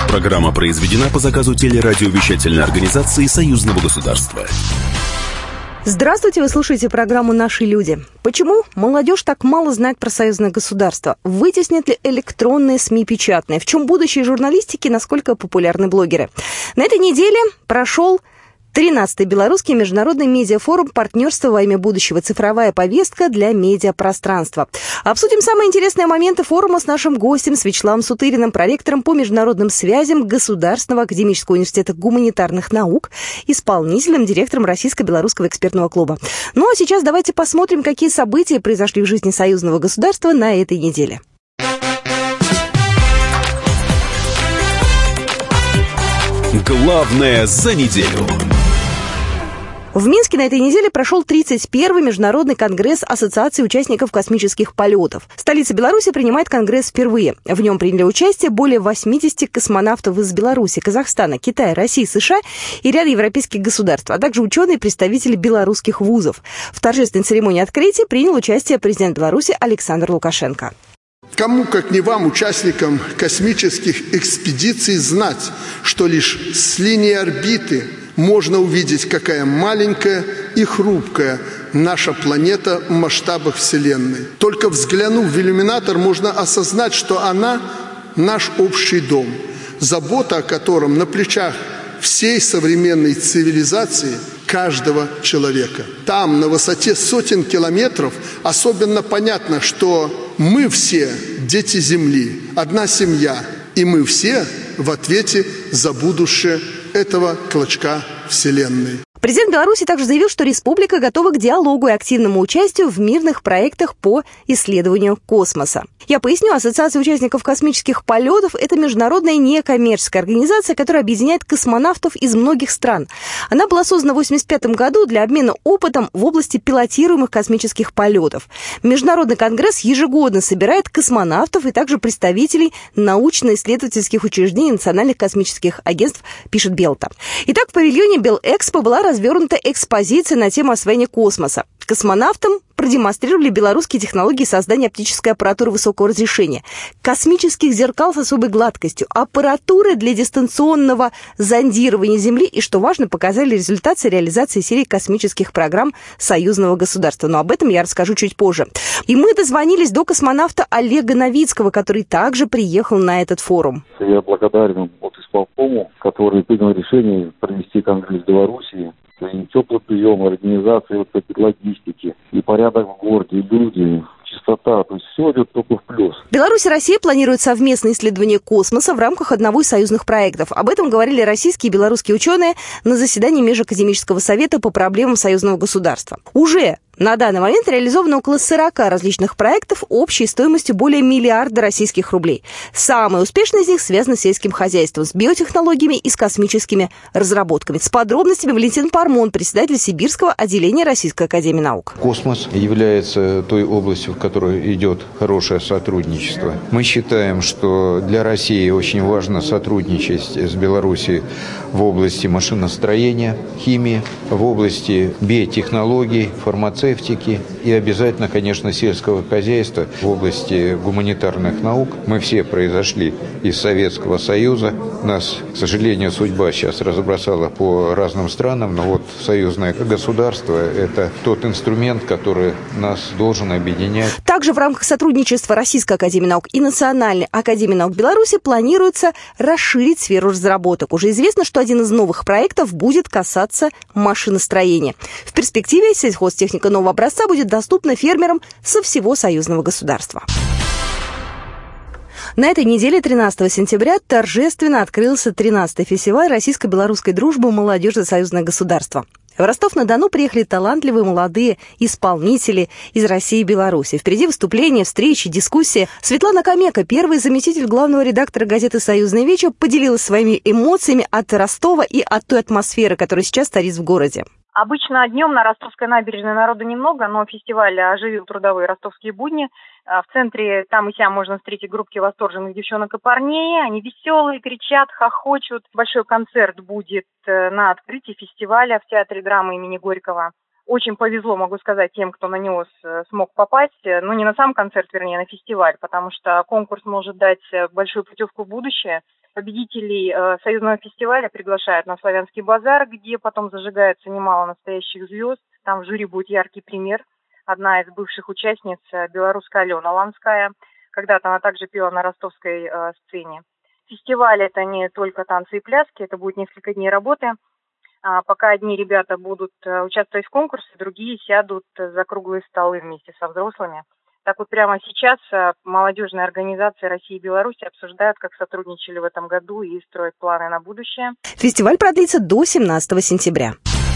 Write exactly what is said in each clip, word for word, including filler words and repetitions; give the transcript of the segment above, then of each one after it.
Программа произведена по заказу телерадиовещательной организации Союзного государства. Здравствуйте, вы слушаете программу «Наши люди». Почему молодежь так мало знает про союзное государство? Вытеснят ли электронные СМИ печатные? В чем будущее журналистики? Насколько популярны блогеры? На этой неделе прошел тринадцатый белорусский международный медиафорум «Партнерство во имя будущего. Цифровая повестка для медиапространства». Обсудим самые интересные моменты форума с нашим гостем, с Вячеславом Сутыриным, проректором по международным связям Государственного академического университета гуманитарных наук, исполнительным директором Российско-белорусского экспертного клуба. Ну а сейчас давайте посмотрим, какие события произошли в жизни союзного государства на этой неделе. Главное за неделю. В Минске на этой неделе прошел тридцать первый международный конгресс Ассоциации участников космических полетов. Столица Беларуси принимает конгресс впервые. В нем приняли участие более восьмидесяти космонавтов из Беларуси, Казахстана, Китая, России, США и ряда европейских государств, а также ученые и представители белорусских вузов. В торжественной церемонии открытия принял участие президент Беларуси Александр Лукашенко. Кому, как не вам, участникам космических экспедиций, знать, что лишь с линии орбиты можно увидеть, какая маленькая и хрупкая наша планета в масштабах Вселенной. Только взглянув в иллюминатор, можно осознать, что она – наш общий дом, забота о котором на плечах всей современной цивилизации каждого человека. Там, на высоте сотен километров, особенно понятно, что мы все дети Земли, одна семья, и мы все в ответе за будущее этого клочка Вселенной. Президент Беларуси также заявил, что республика готова к диалогу и активному участию в мирных проектах по исследованию космоса. Я поясню, Ассоциация участников космических полетов – это международная некоммерческая организация, которая объединяет космонавтов из многих стран. Она была создана в восемьдесят пятом году для обмена опытом в области пилотируемых космических полетов. Международный конгресс ежегодно собирает космонавтов и также представителей научно-исследовательских учреждений национальных космических агентств, пишет Белта. Итак, в павильоне Белэкспо была развернута экспозиция на тему освоения космоса. Космонавтам продемонстрировали белорусские технологии создания оптической аппаратуры высокого разрешения, космических зеркал с особой гладкостью, аппаратуры для дистанционного зондирования Земли и, что важно, показали результаты реализации серии космических программ союзного государства. Но об этом я расскажу чуть позже. И мы дозвонились до космонавта Олега Новицкого, который также приехал на этот форум. Я благодарен от исполкому, который принял решение провести конгресс в Беларуси. И теплый прием, организация вот этой логистики, и порядок в городе, и люди, чистота, то есть все идет только в плюс. Беларусь и Россия планируют совместное исследование космоса в рамках одного из союзных проектов. Об этом говорили российские и белорусские ученые на заседании Межакадемического совета по проблемам союзного государства. Уже на данный момент реализовано около сорока различных проектов общей стоимостью более миллиарда российских рублей. Самые успешные из них связаны с сельским хозяйством, с биотехнологиями и с космическими разработками. С подробностями Валентин Пармон, председатель Сибирского отделения Российской академии наук. Космос является той областью, в которой идет хорошее сотрудничество. Мы считаем, что для России очень важно сотрудничать с Беларусью в области машиностроения, химии, в области биотехнологий, фармацевтики и обязательно, конечно, сельского хозяйства в области гуманитарных наук. Мы все произошли из Советского Союза. Нас, к сожалению, судьба сейчас разбросала по разным странам, но вот союзное государство – это тот инструмент, который нас должен объединять. Также в рамках сотрудничества Российской академии наук и Национальной академии наук Беларуси планируется расширить сферу разработок. Уже известно, что один из новых проектов будет касаться машиностроения. В перспективе сельхозтехника нового образца будет доступна фермерам со всего союзного государства. На этой неделе, тринадцатого сентября, торжественно открылся тринадцатый фестиваль российско-белорусской дружбы молодежи союзное государство. В Ростов-на-Дону приехали талантливые молодые исполнители из России и Беларуси. Впереди выступления, встречи, дискуссии. Светлана Камека, первый заместитель главного редактора газеты «Союзная Веча», поделилась своими эмоциями от Ростова и от той атмосферы, которая сейчас царит в городе. Обычно днем на Ростовской набережной народу немного, но фестиваль оживил трудовые ростовские будни. В центре там и сям можно встретить группки восторженных девчонок и парней. Они веселые, кричат, хохочут. Большой концерт будет на открытии фестиваля в Театре драмы имени Горького. Очень повезло, могу сказать, тем, кто на него смог попасть. Ну, не на сам концерт, вернее, на фестиваль, потому что конкурс может дать большую путевку в будущее. Победителей э, союзного фестиваля приглашают на Славянский базар, где потом зажигается немало настоящих звезд. Там в жюри будет яркий пример. Одна из бывших участниц, белорусская Алена Ланская. Когда-то она также пела на ростовской э, сцене. Фестиваль – это не только танцы и пляски, это будет несколько дней работы. А пока одни ребята будут э, участвовать в конкурсе, другие сядут за круглые столы вместе со взрослыми. Так вот прямо сейчас э, молодежные организации России и Беларуси обсуждают, как сотрудничали в этом году и строят планы на будущее. Фестиваль продлится до семнадцатого сентября.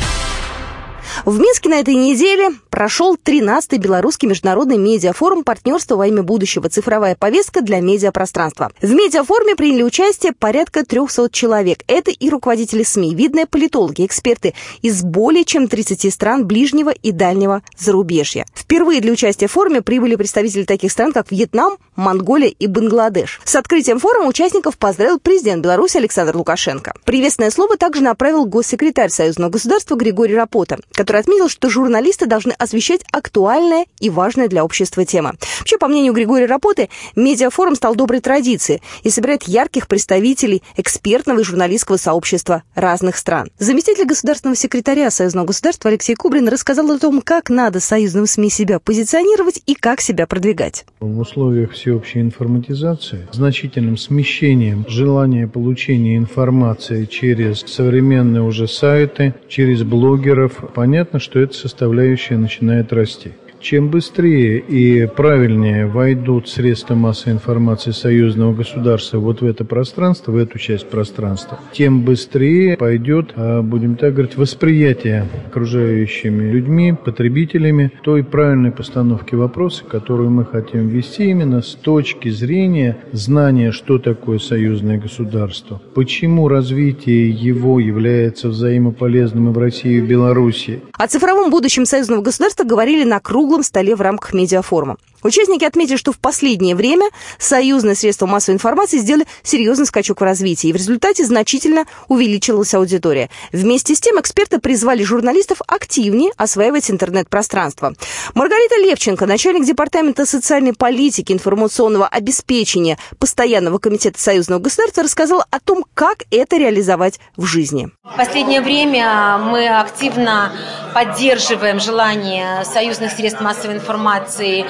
В Минске на этой неделе прошел тринадцатый белорусский международный медиафорум «Партнерство во имя будущего. Цифровая повестка для медиапространства». В медиафоруме приняли участие порядка трехсот человек. Это и руководители СМИ, видные политологи, эксперты из более чем тридцати стран ближнего и дальнего зарубежья. Впервые для участия в форуме прибыли представители таких стран, как Вьетнам, Монголия и Бангладеш. С открытием форума участников поздравил президент Беларуси Александр Лукашенко. Приветственное слово также направил госсекретарь Союзного государства Григорий Рапота, который отметил, что журналисты должны освещать актуальные и важные для общества темы. Вообще, по мнению Григория Рапоты, медиафорум стал доброй традицией и собирает ярких представителей экспертного и журналистского сообщества разных стран. Заместитель государственного секретаря Союзного государства Алексей Кубрин рассказал о том, как надо союзным СМИ себя позиционировать и как себя продвигать. В условиях всеобщей информатизации, значительным смещением желания получения информации через современные уже сайты, через блогеров, понятно, что эта составляющая начинает расти. Чем быстрее и правильнее войдут средства массовой информации союзного государства вот в это пространство, в эту часть пространства, тем быстрее пойдет, будем так говорить, восприятие окружающими людьми, потребителями той правильной постановки вопроса, которую мы хотим вести именно с точки зрения знания, что такое союзное государство, почему развитие его является взаимополезным и в России, и в Беларуси. О цифровом будущем союзного государства говорили на круглом столе в рамках медиафорума. Участники отметили, что в последнее время союзные средства массовой информации сделали серьезный скачок в развитии, и в результате значительно увеличилась аудитория. Вместе с тем эксперты призвали журналистов активнее осваивать интернет-пространство. Маргарита Левченко, начальник департамента социальной политики и информационного обеспечения Постоянного комитета союзного государства, рассказала о том, как это реализовать в жизни. В последнее время мы активно поддерживаем желание союзных средств массовой информации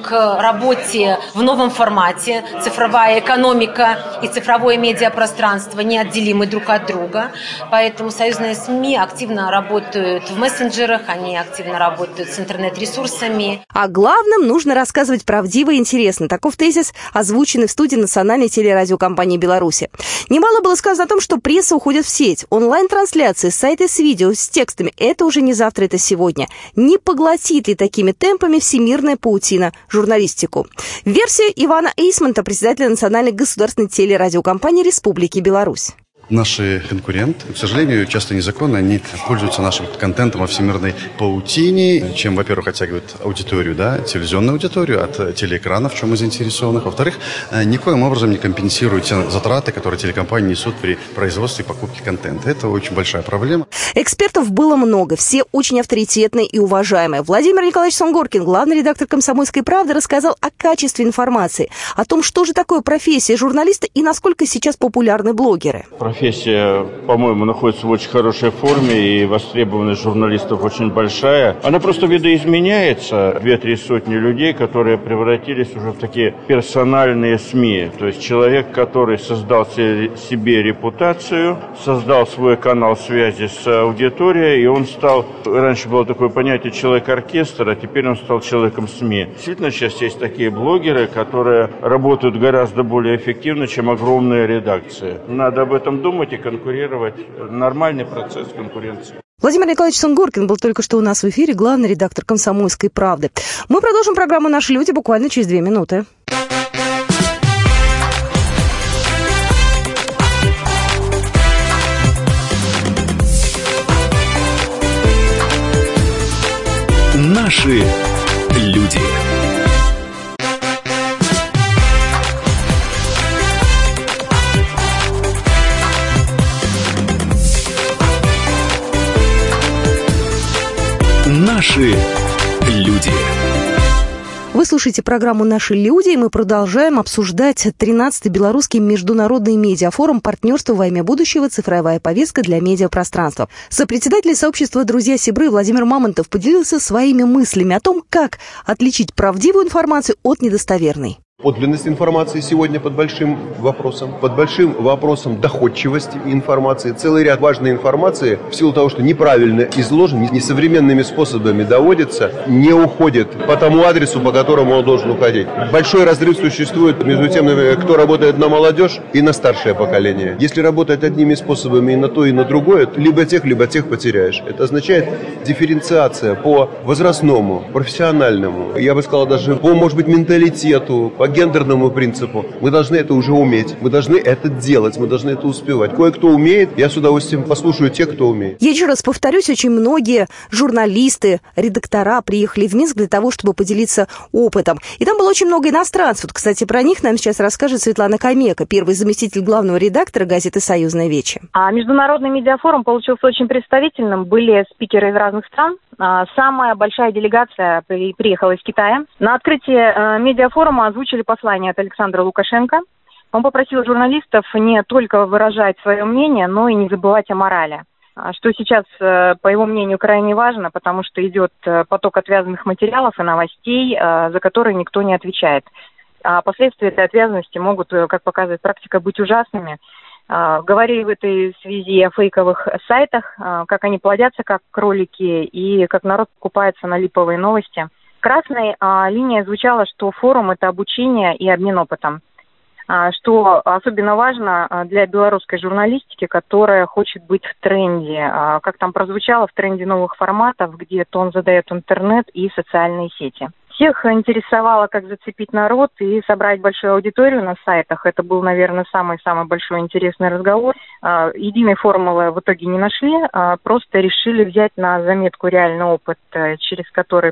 к работе в новом формате. Цифровая экономика и цифровое медиапространство неотделимы друг от друга. Поэтому союзные СМИ активно работают в мессенджерах, они активно работают с интернет-ресурсами. О главном нужно рассказывать правдиво и интересно. Таков тезис, озвученный в студии Национальной телерадиокомпании Беларуси. Немало было сказано о том, что пресса уходит в сеть. Онлайн-трансляции, сайты с видео, с текстами – это уже не завтра, это сегодня. Не поглотит ли такими темпами всемирная паутина журналистику? Версия Ивана Эйсмонта, председателя Национальной государственной телерадиокомпании Республики Беларусь. Наши конкуренты, к сожалению, часто незаконно, они пользуются нашим контентом во всемирной паутине, чем, во-первых, оттягивают аудиторию, да, телевизионную аудиторию от телеэкранов, в чем мы заинтересованы. Во-вторых, никоим образом не компенсируют те затраты, которые телекомпании несут при производстве и покупке контента. Это очень большая проблема. Экспертов было много, все очень авторитетные и уважаемые. Владимир Николаевич Сунгоркин, главный редактор «Комсомольской правды», рассказал о качестве информации, о том, что же такое профессия журналиста и насколько сейчас популярны блогеры. Профессия, по-моему, находится в очень хорошей форме, и востребованность журналистов очень большая. Она просто видоизменяется. Две-три сотни людей, которые превратились уже в такие персональные СМИ. То есть человек, который создал себе репутацию, создал свой канал связи с аудиторией, и он стал... Раньше было такое понятие «человек-оркестр», а теперь он стал человеком СМИ. Действительно, сейчас есть такие блогеры, которые работают гораздо более эффективно, чем огромные редакции. Надо об этом думать. думать и конкурировать. Нормальный процесс конкуренции. Владимир Николаевич Сунгоркин был только что у нас в эфире, главный редактор «Комсомольской правды». Мы продолжим программу «Наши люди» буквально через две минуты. Наши люди. Наши люди. Вы слушаете программу «Наши люди», и мы продолжаем обсуждать тринадцатый белорусский международный медиафорум «Партнерство во имя будущего. Цифровая повестка для медиапространства». Сопредседатель сообщества «Друзья Сибры» Владимир Мамонтов поделился своими мыслями о том, как отличить правдивую информацию от недостоверной. Подлинность информации сегодня под большим вопросом. Под большим вопросом доходчивости информации. Целый ряд важной информации, в силу того, что неправильно изложен, несовременными способами доводится, не уходит по тому адресу, по которому он должен уходить. Большой разрыв существует между тем, кто работает на молодежь и на старшее поколение. Если работать одними способами и на то, и на другое, либо тех, либо тех потеряешь. Это означает дифференциация по возрастному, профессиональному, я бы сказал, даже по, может быть, менталитету, по гендерному принципу. Мы должны это уже уметь. Мы должны это делать. Мы должны это успевать. Кое-кто умеет. Я с удовольствием послушаю тех, кто умеет. Я еще раз повторюсь, очень многие журналисты, редактора приехали в Минск для того, чтобы поделиться опытом. И там было очень много иностранцев. Вот, кстати, про них нам сейчас расскажет Светлана Камека, первый заместитель главного редактора газеты «Союзная Вече». А международный медиафорум получился очень представительным. Были спикеры из разных стран. Самая большая делегация приехала из Китая. На открытии медиафорума озвучили послание от Александра Лукашенко. Он попросил журналистов не только выражать свое мнение, но и не забывать о морали. Что сейчас, по его мнению, крайне важно, потому что идет поток отвязанных материалов и новостей, за которые никто не отвечает. А последствия этой отвязанности могут, как показывает практика, быть ужасными. Говорили в этой связи о фейковых сайтах, как они плодятся, как кролики, и как народ покупается на липовые новости. Красной а, линия звучала, что форум – это обучение и обмен опытом, а, что особенно важно для белорусской журналистики, которая хочет быть в тренде. А, как там прозвучало, в тренде новых форматов, где тон задает интернет и социальные сети. Всех интересовало, как зацепить народ и собрать большую аудиторию на сайтах. Это был, наверное, самый-самый большой интересный разговор. Единой формулы в итоге не нашли, просто решили взять на заметку реальный опыт, через который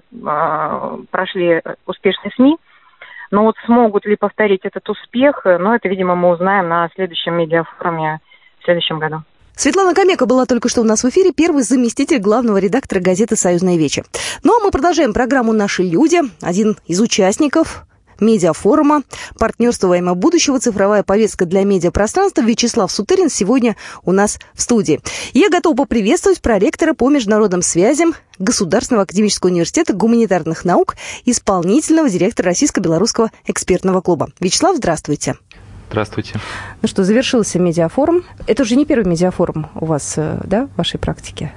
прошли успешные СМИ. Но вот смогут ли повторить этот успех, ну, это, видимо, мы узнаем на следующем медиафоруме в следующем году. Светлана Камека была только что у нас в эфире, первый заместитель главного редактора газеты «Союзная Вече». Ну а мы продолжаем программу «Наши люди». Один из участников медиафорума «Партнерство во имя будущего. Цифровая повестка для медиапространства» Вячеслав Сутырин сегодня у нас в студии. Я готова поприветствовать проректора по международным связям Государственного академического университета гуманитарных наук, исполнительного директора Российско-белорусского экспертного клуба. Вячеслав, здравствуйте. Здравствуйте. Ну что, завершился медиафорум. Это уже не первый медиафорум у вас, да, в вашей практике?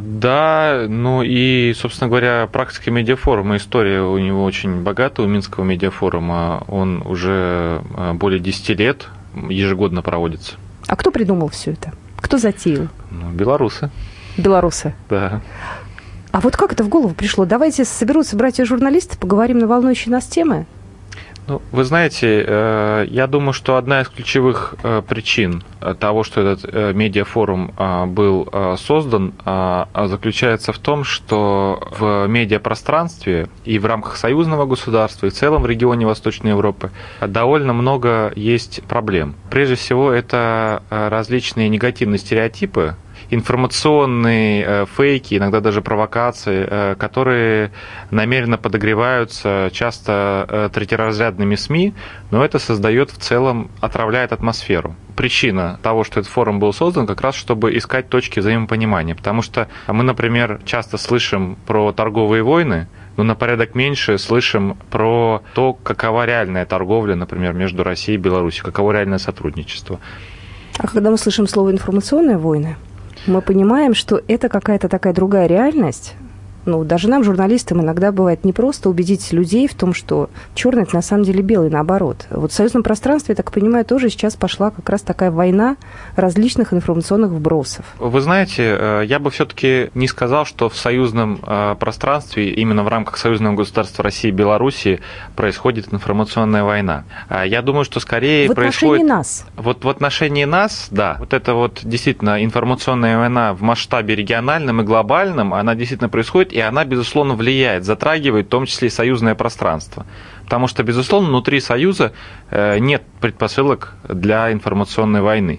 Да, ну и, собственно говоря, практика медиафорума, история у него очень богатая, у Минского медиафорума. Он уже более десяти лет ежегодно проводится. А кто придумал все это? Кто затеял? Ну, белорусы. Белорусы? Да. А вот как это в голову пришло? Давайте соберутся братья-журналисты, поговорим на волнующие нас темы. Ну, вы знаете, я думаю, что одна из ключевых причин того, что этот медиафорум был создан, заключается в том, что в медиапространстве и в рамках союзного государства, и в целом в регионе Восточной Европы довольно много есть проблем. Прежде всего, это различные негативные стереотипы, информационные фейки, иногда даже провокации, которые намеренно подогреваются часто третьеразрядными СМИ, но это создает в целом, отравляет атмосферу. Причина того, что этот форум был создан, как раз чтобы искать точки взаимопонимания, потому что мы, например, часто слышим про торговые войны, но на порядок меньше слышим про то, какова реальная торговля, например, между Россией и Беларусью, каково реальное сотрудничество. А когда мы слышим слово «информационные войны», мы понимаем, что это какая-то такая другая реальность. Ну, даже нам, журналистам, иногда бывает непросто убедить людей в том, что черный – это на самом деле белый, наоборот. Вот в союзном пространстве, я так понимаю, тоже сейчас пошла как раз такая война различных информационных вбросов. Вы знаете, я бы все-таки не сказал, что в союзном пространстве, именно в рамках союзного государства России и Белоруссии, происходит информационная война. Я думаю, что скорее в происходит... отношении нас. Вот в отношении нас, да. Вот это вот действительно информационная война в масштабе региональном и глобальном, она действительно происходит, и она, безусловно, влияет, затрагивает в том числе и союзное пространство. Потому что, безусловно, внутри Союза нет предпосылок для информационной войны.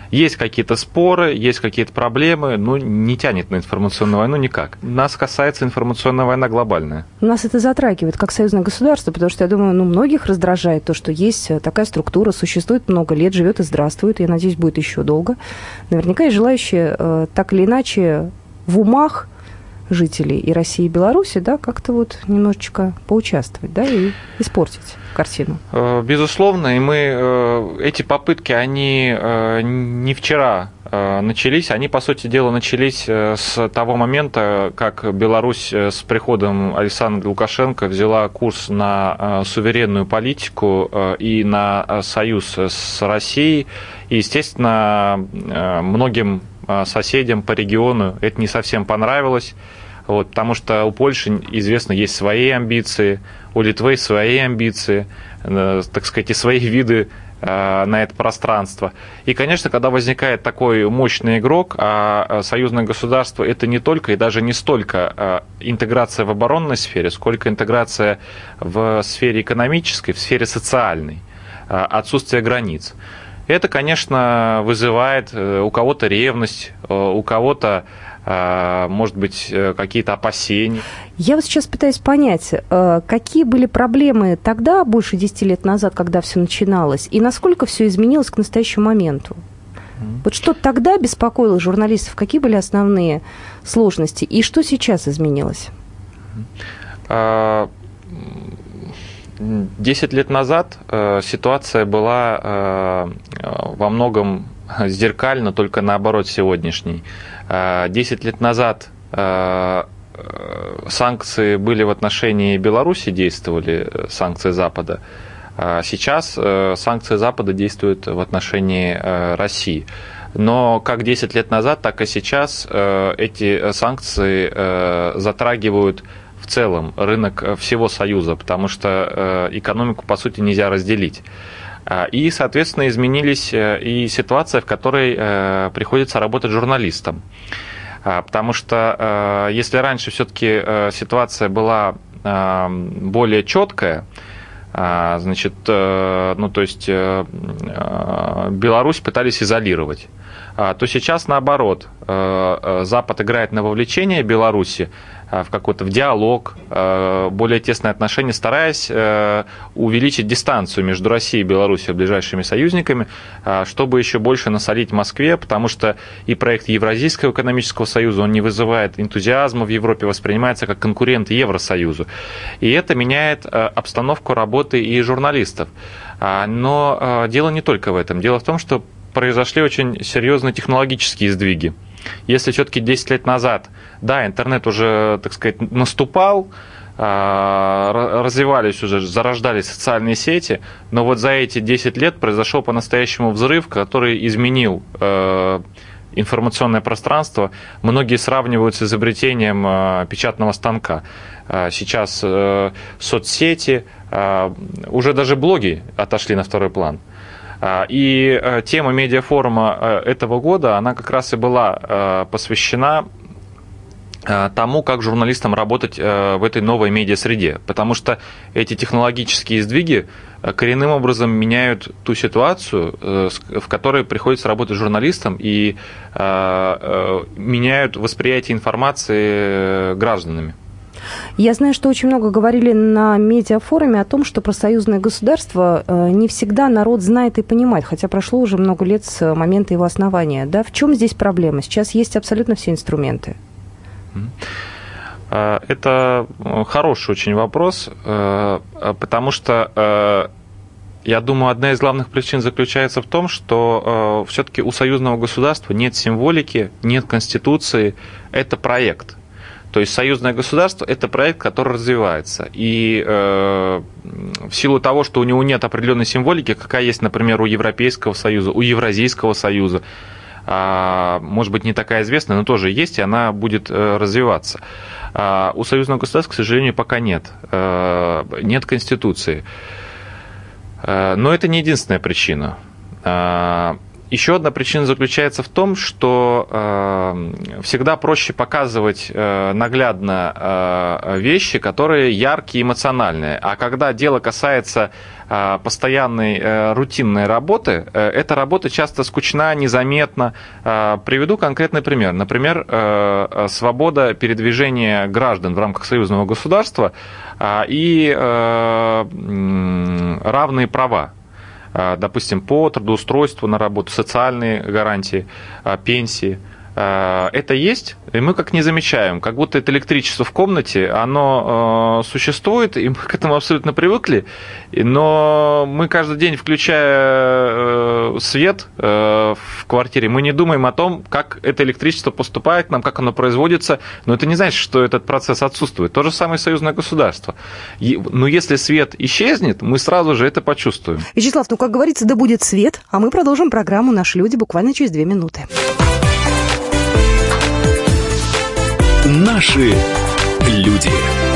Есть какие-то споры, есть какие-то проблемы, но не тянет на информационную войну никак. Нас касается информационная война глобальная. Нас это затрагивает как союзное государство, потому что, я думаю, ну, многих раздражает то, что есть такая структура, существует много лет, живет и здравствует, я надеюсь, будет еще долго. Наверняка есть желающие э, так или иначе в умах жителей и России, и Беларуси, да, как-то вот немножечко поучаствовать, да, и испортить картину. Безусловно, и мы, эти попытки, они не вчера начались, они, по сути дела, начались с того момента, как Беларусь с приходом Александра Лукашенко взяла курс на суверенную политику и на союз с Россией, и, естественно, многим соседям по региону это не совсем понравилось, вот, потому что у Польши, известно, есть свои амбиции, у Литвы свои амбиции, э, так сказать, и свои виды э, на это пространство. И, конечно, когда возникает такой мощный игрок, а союзное государство – это не только и даже не столько э, интеграция в оборонной сфере, сколько интеграция в сфере экономической, в сфере социальной, э, отсутствие границ. Это, конечно, вызывает у кого-то ревность, у кого-то, может быть, какие-то опасения. Я вот сейчас пытаюсь понять, какие были проблемы тогда, больше десяти лет назад, когда все начиналось, и насколько все изменилось к настоящему моменту? Mm-hmm. Вот что тогда беспокоило журналистов, какие были основные сложности, и что сейчас изменилось? Mm-hmm. Десять лет назад э, ситуация была э, во многом зеркальна, только наоборот сегодняшней. Десять лет назад э, санкции были в отношении Беларуси, действовали санкции Запада. А сейчас э, санкции Запада действуют в отношении э, России. Но как десять лет назад, так и сейчас э, эти санкции э, затрагивают в целом рынок всего Союза, потому что экономику, по сути, нельзя разделить. И, соответственно, изменились и ситуация, в которой приходится работать журналистам. Потому что если раньше все-таки ситуация была более четкая, значит, ну, то есть Беларусь пытались изолировать, то сейчас наоборот. Запад играет на вовлечение Беларуси в какой-то в диалог, более тесные отношения, стараясь увеличить дистанцию между Россией и Беларусью, ближайшими союзниками, чтобы еще больше насолить Москве, потому что и проект Евразийского экономического союза, он не вызывает энтузиазма в Европе, воспринимается как конкурент Евросоюзу. И это меняет обстановку работы и журналистов. Но дело не только в этом. Дело в том, что произошли очень серьезные технологические сдвиги. Если все-таки десять лет назад, да, интернет уже, так сказать, наступал, развивались уже, зарождались социальные сети, но вот за эти десять лет произошел по-настоящему взрыв, который изменил информационное пространство. Многие сравнивают с изобретением печатного станка. Сейчас соцсети, уже даже блоги отошли на второй план. И тема медиафорума этого года, она как раз и была посвящена тому, как журналистам работать в этой новой медиасреде. Потому что эти технологические сдвиги коренным образом меняют ту ситуацию, в которой приходится работать журналистам, и меняют восприятие информации гражданами. Я знаю, что очень много говорили на медиафоруме о том, что про союзное государство не всегда народ знает и понимает, хотя прошло уже много лет с момента его основания. Да? В чем здесь проблема? Сейчас есть абсолютно все инструменты. Это хороший очень вопрос, потому что, я думаю, одна из главных причин заключается в том, что все-таки у союзного государства нет символики, нет конституции, это проект. То есть союзное государство – это проект, который развивается. И э, в силу того, что у него нет определенной символики, какая есть, например, у Европейского Союза, у Евразийского Союза, э, может быть, не такая известная, но тоже есть, и она будет э, развиваться. А у союзного государства, к сожалению, пока нет. Э, нет конституции. Э, но это не единственная причина. Э, Еще одна причина заключается в том, что э, всегда проще показывать э, наглядно э, вещи, которые яркие и эмоциональные. А когда дело касается э, постоянной э, рутинной работы, э, эта работа часто скучна, незаметна. Э, приведу конкретный пример. Например, э, свобода передвижения граждан в рамках союзного государства э, и э, э, равные права. Допустим, по трудоустройству на работу, социальные гарантии, пенсии. Это есть, и мы как не замечаем, как будто это электричество в комнате, оно э, существует, и мы к этому абсолютно привыкли, но мы каждый день, включая э, свет э, в квартире, мы не думаем о том, как это электричество поступает к нам, как оно производится, но это не значит, что этот процесс отсутствует. То же самое союзное государство. И, но если свет исчезнет, мы сразу же это почувствуем. Вячеслав, ну, как говорится, да будет свет, а мы продолжим программу «Наши люди» буквально через две минуты. Наши люди.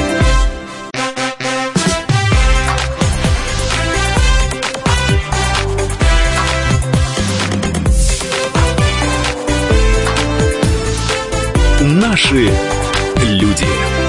Наши люди.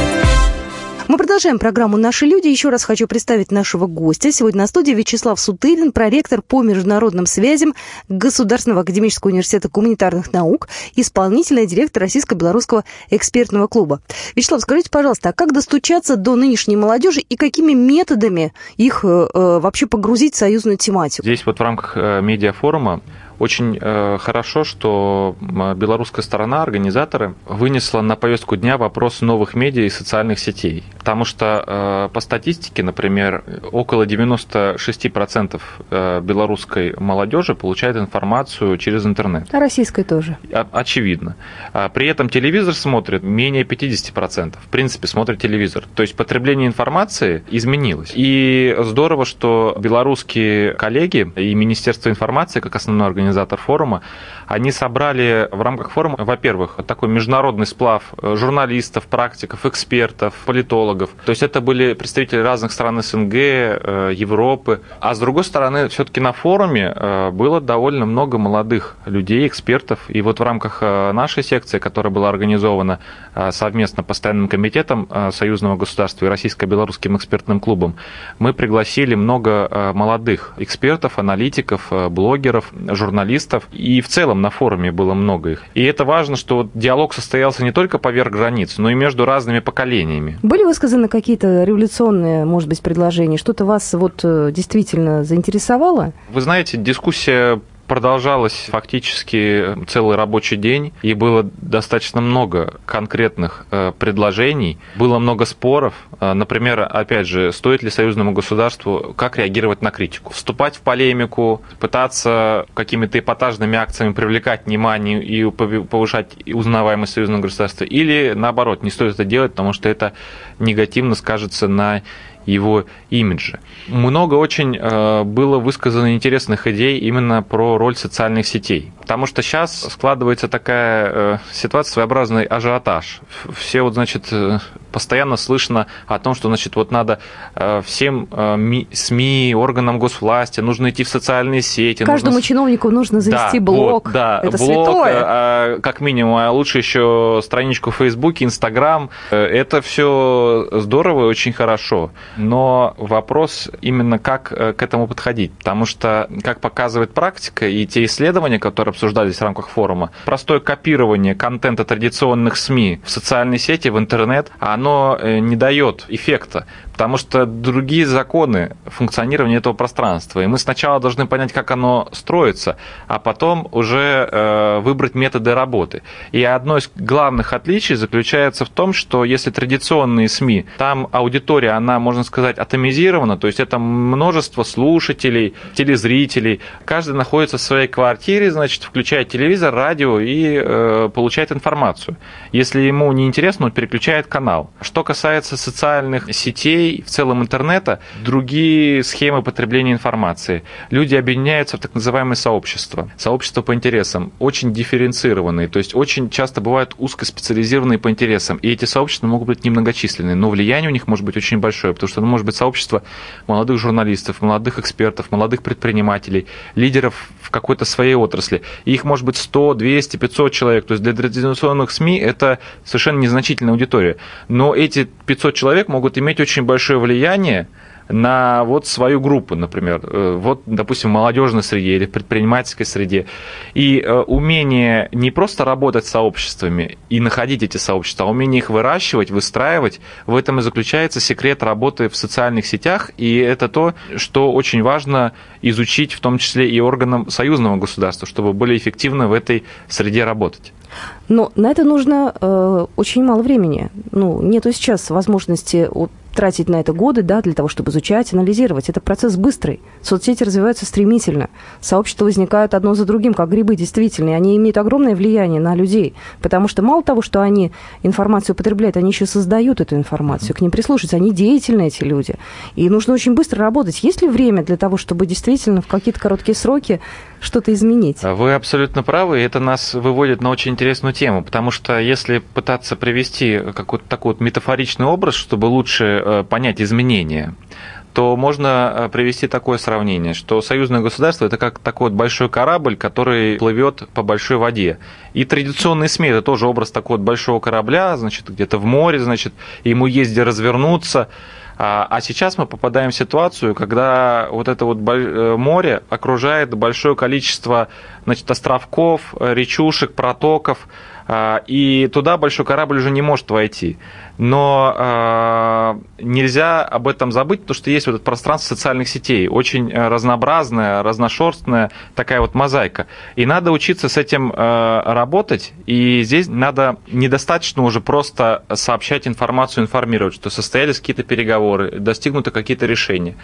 Мы продолжаем программу «Наши люди». Еще раз хочу представить нашего гостя. Сегодня на студии Вячеслав Сутырин, проректор по международным связям Государственного академического университета гуманитарных наук, исполнительный директор Российско-белорусского экспертного клуба. Вячеслав, скажите, пожалуйста, а как достучаться до нынешней молодежи и какими методами их э, вообще погрузить в союзную тематику? Здесь вот в рамках медиафорума очень э, хорошо, что белорусская сторона, организаторы, вынесла на повестку дня вопрос новых медиа и социальных сетей. Потому что э, по статистике, например, около девяносто шесть процентов э, белорусской молодежи получает информацию через интернет. А российской тоже? О- очевидно. А при этом телевизор смотрит менее пятьдесят процентов. В принципе, смотрит телевизор. То есть потребление информации изменилось. И здорово, что белорусские коллеги и Министерство информации, как основной организатор, организатор форума, они собрали в рамках форума, во-первых, такой международный сплав журналистов, практиков, экспертов, политологов. То есть это были представители разных стран СНГ, Европы. А с другой стороны, все-таки на форуме было довольно много молодых людей, экспертов. И вот в рамках нашей секции, которая была организована совместно Постоянным комитетом Союзного государства и Российско-белорусским экспертным клубом, мы пригласили много молодых экспертов, аналитиков, блогеров, журналистов. журналистов, и в целом на форуме было много их. И это важно, что диалог состоялся не только поверх границ, но и между разными поколениями. Были высказаны какие-то революционные, может быть, предложения? Что-то вас вот действительно заинтересовало? Вы знаете, дискуссия продолжалась фактически целый рабочий день, и было достаточно много конкретных э, предложений, было много споров. Э, например, опять же, стоит ли союзному государству, как реагировать на критику? Вступать в полемику, пытаться какими-то эпатажными акциями привлекать внимание и повышать узнаваемость союзного государства, или наоборот, не стоит это делать, потому что это негативно скажется на его имидже. Много очень э, было высказано интересных идей именно про роль социальных сетей. Потому что сейчас складывается такая э, ситуация, своеобразный ажиотаж. Все вот, значит, э, постоянно слышно о том, что, значит, вот надо э, всем э, ми, СМИ, органам госвласти, нужно идти в социальные сети. Каждому нужно... чиновнику нужно завести да, блог. Вот, да, это блог, святое. Э, как минимум, а лучше еще страничку в Фейсбуке, Инстаграм. Э, это все здорово и очень хорошо. Но вопрос именно, как к этому подходить. Потому что, как показывает практика и те исследования, которые обсуждались в рамках форума, простое копирование контента традиционных СМИ в социальные сети, в интернет, оно не дает эффекта. Потому что другие законы функционирования этого пространства. И мы сначала должны понять, как оно строится, а потом уже э, выбрать методы работы. И одно из главных отличий заключается в том, что если традиционные СМИ, там аудитория, она, можно сказать, атомизирована, то есть это множество слушателей, телезрителей, каждый находится в своей квартире, значит, включает телевизор, радио и э, получает информацию. Если ему неинтересно, он переключает канал. Что касается социальных сетей, в целом интернета, другие схемы потребления информации. Люди объединяются в так называемые сообщества. Сообщества по интересам, очень дифференцированные, то есть очень часто бывают узкоспециализированные по интересам. И эти сообщества могут быть немногочисленные, но влияние у них может быть очень большое, потому что это может быть сообщество молодых журналистов, молодых экспертов, молодых предпринимателей, лидеров в какой-то своей отрасли. И их может быть сто, двести, пятьсот человек. То есть для традиционных СМИ это совершенно незначительная аудитория. Но эти пятьсот человек могут иметь очень большое влияние на вот свою группу, например, вот, допустим, в молодежной среде или в предпринимательской среде. И умение не просто работать с сообществами и находить эти сообщества, а умение их выращивать, выстраивать, в этом и заключается секрет работы в социальных сетях, и это то, что очень важно изучить, в том числе и органам союзного государства, чтобы более эффективно в этой среде работать. Но на это нужно э, очень мало времени. Ну, нету сейчас возможности тратить на это годы, да, для того, чтобы изучать, анализировать. Это процесс быстрый. Соцсети развиваются стремительно. Сообщества возникают одно за другим, как грибы, действительно. И они имеют огромное влияние на людей. Потому что мало того, что они информацию потребляют, они еще создают эту информацию. К ним прислушиваются. Они деятельны, эти люди. И нужно очень быстро работать. Есть ли время для того, чтобы действительно в какие-то короткие сроки что-то изменить? Вы абсолютно правы. И это нас выводит на очень интересную тему. Потому что если пытаться привести какой-то такой вот метафоричный образ, чтобы лучше понять изменения, то можно привести такое сравнение, что союзное государство – это как такой вот большой корабль, который плывет по большой воде. И традиционные СМИ – это тоже образ такого вот большого корабля, значит, где-то в море, значит, ему есть где развернуться. А сейчас мы попадаем в ситуацию, когда вот это вот море окружает большое количество, значит, островков, речушек, протоков, и туда большой корабль уже не может войти. Но э, нельзя об этом забыть, потому что есть вот это пространство социальных сетей, очень разнообразная, разношерстная такая вот мозаика. И надо учиться с этим э, работать, и здесь надо недостаточно уже просто сообщать информацию, информировать, что состоялись какие-то переговоры, достигнуты какие-то решения.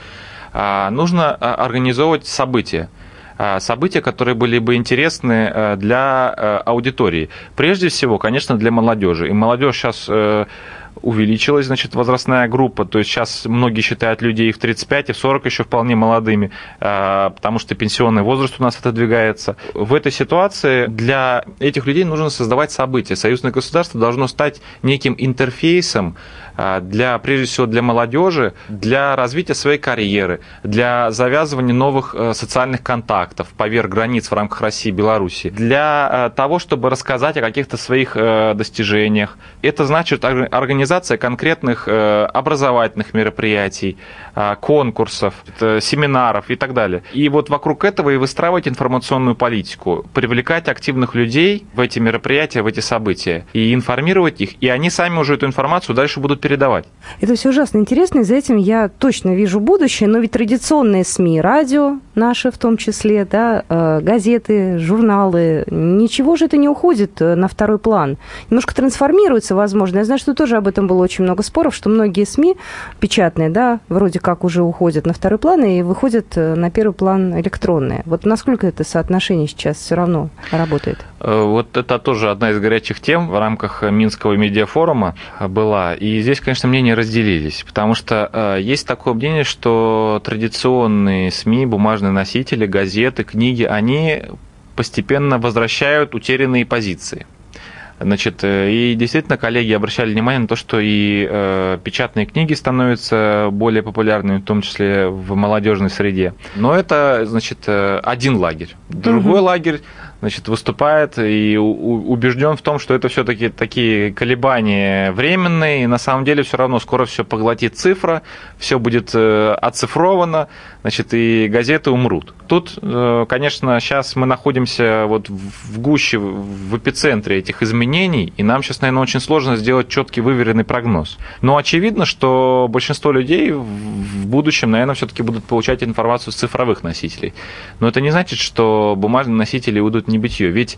А, нужно организовывать события. События, которые были бы интересны для аудитории. Прежде всего, конечно, для молодежи. И молодежь сейчас увеличилась, значит, возрастная группа, то есть сейчас многие считают людей в тридцать пять и в сорок еще вполне молодыми, потому что пенсионный возраст у нас отодвигается. В этой ситуации для этих людей нужно создавать события. Союзное государство должно стать неким интерфейсом для, прежде всего, для молодежи, для развития своей карьеры, для завязывания новых социальных контактов поверх границ в рамках России и Беларуси, для того, чтобы рассказать о каких-то своих достижениях. Это значит организация конкретных образовательных мероприятий, конкурсов, семинаров и так далее. И вот вокруг этого и выстраивать информационную политику, привлекать активных людей в эти мероприятия, в эти события, и информировать их, и они сами уже эту информацию дальше будут передавать. Это все ужасно интересно, и за этим я точно вижу будущее, но ведь традиционные СМИ, радио наши в том числе, да, газеты, журналы, ничего же это не уходит на второй план. Немножко трансформируется, возможно. Я знаю, что тоже об этом было очень много споров, что многие СМИ печатные, да, вроде как уже уходят на второй план и выходят на первый план электронные. Вот насколько это соотношение сейчас все равно работает? Вот это тоже одна из горячих тем в рамках Минского медиафорума была. И здесь, конечно, мнения разделились, потому что есть такое мнение, что традиционные СМИ, бумажные носители, газеты, книги, они постепенно возвращают утерянные позиции. Значит, и действительно коллеги обращали внимание на то, что и э, печатные книги становятся более популярными, в том числе в молодежной среде. Но это, значит, один лагерь. Другой угу. лагерь, значит, выступает и у, убежден в том, что это все-таки такие колебания временные, и на самом деле все равно скоро все поглотит цифра, все будет э, оцифровано, значит, и газеты умрут. Тут, э, конечно, сейчас мы находимся вот в гуще, в эпицентре этих изменений, и нам сейчас, наверное, очень сложно сделать четкий, выверенный прогноз. Но очевидно, что большинство людей в будущем, наверное, все-таки будут получать информацию с цифровых носителей. Но это не значит, что бумажные носители уйдут в небытие. Ведь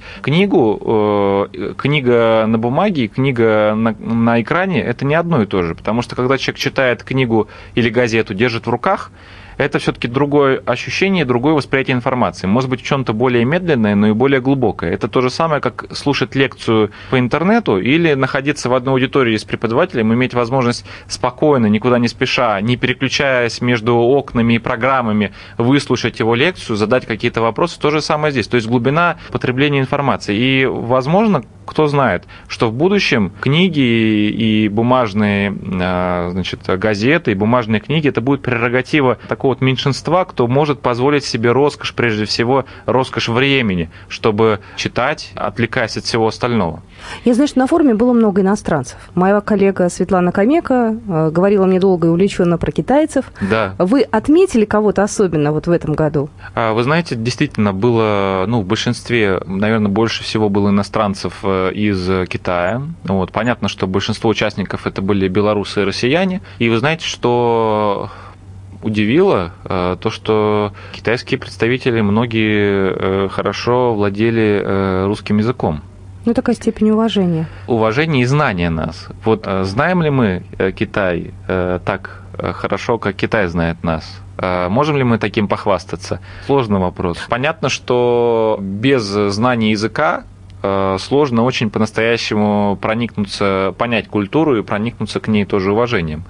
книгу, э, книга на бумаге и книга на, на экране – это не одно и то же. Потому что, когда человек читает книгу или газету, держит в руках, это все-таки другое ощущение, другое восприятие информации. Может быть, в чем-то более медленное, но и более глубокое. Это то же самое, как слушать лекцию по интернету или находиться в одной аудитории с преподавателем, иметь возможность спокойно, никуда не спеша, не переключаясь между окнами и программами, выслушать его лекцию, задать какие-то вопросы. То же самое здесь. То есть глубина потребления информации. И, возможно, кто знает, что в будущем книги и бумажные, значит, газеты, и бумажные книги, это будет прерогатива такого вот меньшинства, кто может позволить себе роскошь, прежде всего, роскошь времени, чтобы читать, отвлекаясь от всего остального. Я знаю, что на форуме было много иностранцев. Моя коллега Светлана Камека говорила мне долго и увлеченно про китайцев. Да. Вы отметили кого-то особенно вот в этом году? Вы знаете, действительно, было, ну, в большинстве, наверное, больше всего было иностранцев из Китая. Вот. Понятно, что большинство участников это были белорусы и россияне. И вы знаете, что удивило то, что китайские представители, многие хорошо владели русским языком. Ну, такая степень уважения. Уважение и знание нас. Вот знаем ли мы Китай так хорошо, как Китай знает нас? Можем ли мы таким похвастаться? Сложный вопрос. Понятно, что без знания языка сложно очень по-настоящему проникнуться, понять культуру и проникнуться к ней тоже уважением.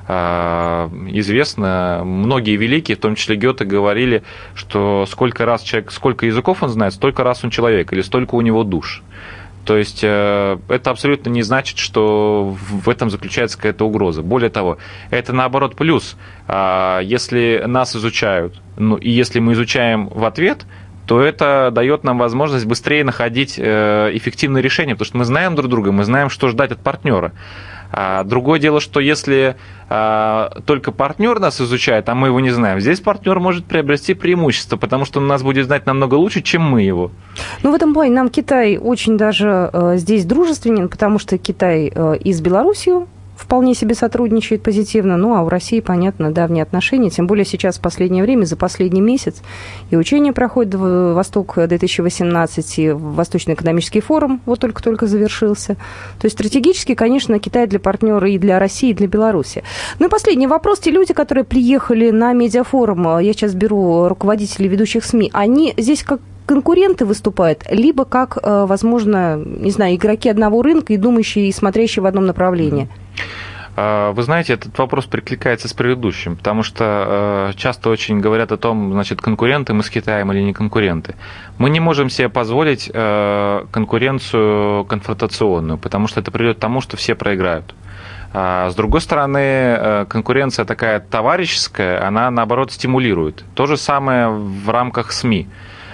Известно, многие великие, в том числе Гёте, говорили, что сколько раз человек, сколько языков он знает, столько раз он человек, или столько у него душ. То есть это абсолютно не значит, что в этом заключается какая-то угроза. Более того, это наоборот плюс. Если нас изучают, ну и если мы изучаем в ответ, то это дает нам возможность быстрее находить эффективные решения, потому что мы знаем друг друга, мы знаем, что ждать от партнера. А другое дело, что если а, только партнер нас изучает, а мы его не знаем, здесь партнер может приобрести преимущество, потому что он нас будет знать намного лучше, чем мы его. Ну, в этом плане нам Китай очень даже э, здесь дружественен, потому что Китай э, и с Белоруссией вполне себе сотрудничает позитивно, ну, а у России, понятно, давние отношения, тем более сейчас в последнее время, за последний месяц, и учения проходят в Восток-две тысячи восемнадцать, и Восточный экономический форум вот только-только завершился. То есть стратегически, конечно, Китай для партнера и для России, и для Беларуси. Ну и последний вопрос. Те люди, которые приехали на медиафорум, я сейчас беру руководителей ведущих СМИ, они здесь как конкуренты выступают, либо как, возможно, не знаю, игроки одного рынка и думающие, и смотрящие в одном направлении? Вы знаете, этот вопрос перекликается с предыдущим, потому что часто очень говорят о том, значит, конкуренты мы с Китаем или не конкуренты. Мы не можем себе позволить конкуренцию конфронтационную, потому что это приведет к тому, что все проиграют. С другой стороны, конкуренция такая товарищеская, она, наоборот, стимулирует. То же самое в рамках СМИ.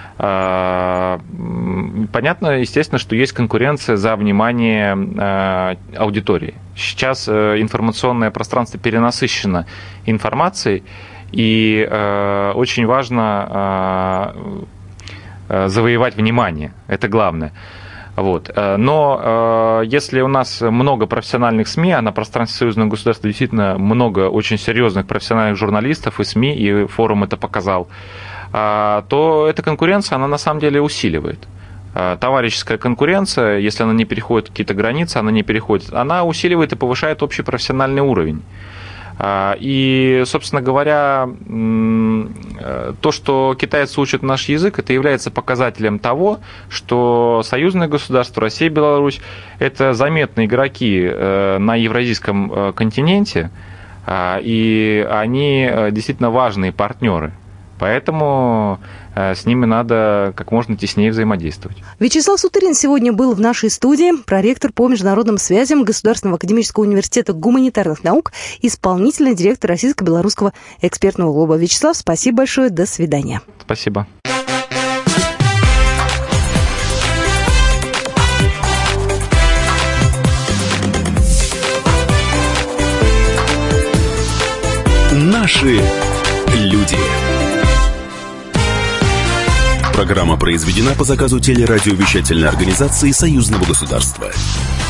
Понятно, естественно, что есть конкуренция за внимание аудитории. Сейчас информационное пространство перенасыщено информацией, и очень важно завоевать внимание. Это главное. Вот. Но если у нас много профессиональных СМИ, а на пространстве союзного государства действительно много очень серьезных профессиональных журналистов и СМИ, и форум это показал, то эта конкуренция, она на самом деле усиливает. Товарищеская конкуренция, если она не переходит какие-то границы, она не переходит, она усиливает и повышает общий профессиональный уровень. И, собственно говоря, то, что китайцы учат наш язык, это является показателем того, что союзное государство, Россия, Беларусь – это заметные игроки на евразийском континенте, и они действительно важные партнеры. Поэтому с ними надо как можно теснее взаимодействовать. Вячеслав Сутырин сегодня был в нашей студии, проректор по международным связям Государственного академического университета гуманитарных наук, исполнительный директор Российско-белорусского экспертного клуба. Вячеслав, спасибо большое, до свидания. Спасибо. Наши люди. Программа произведена по заказу телерадиовещательной организации Союзного государства.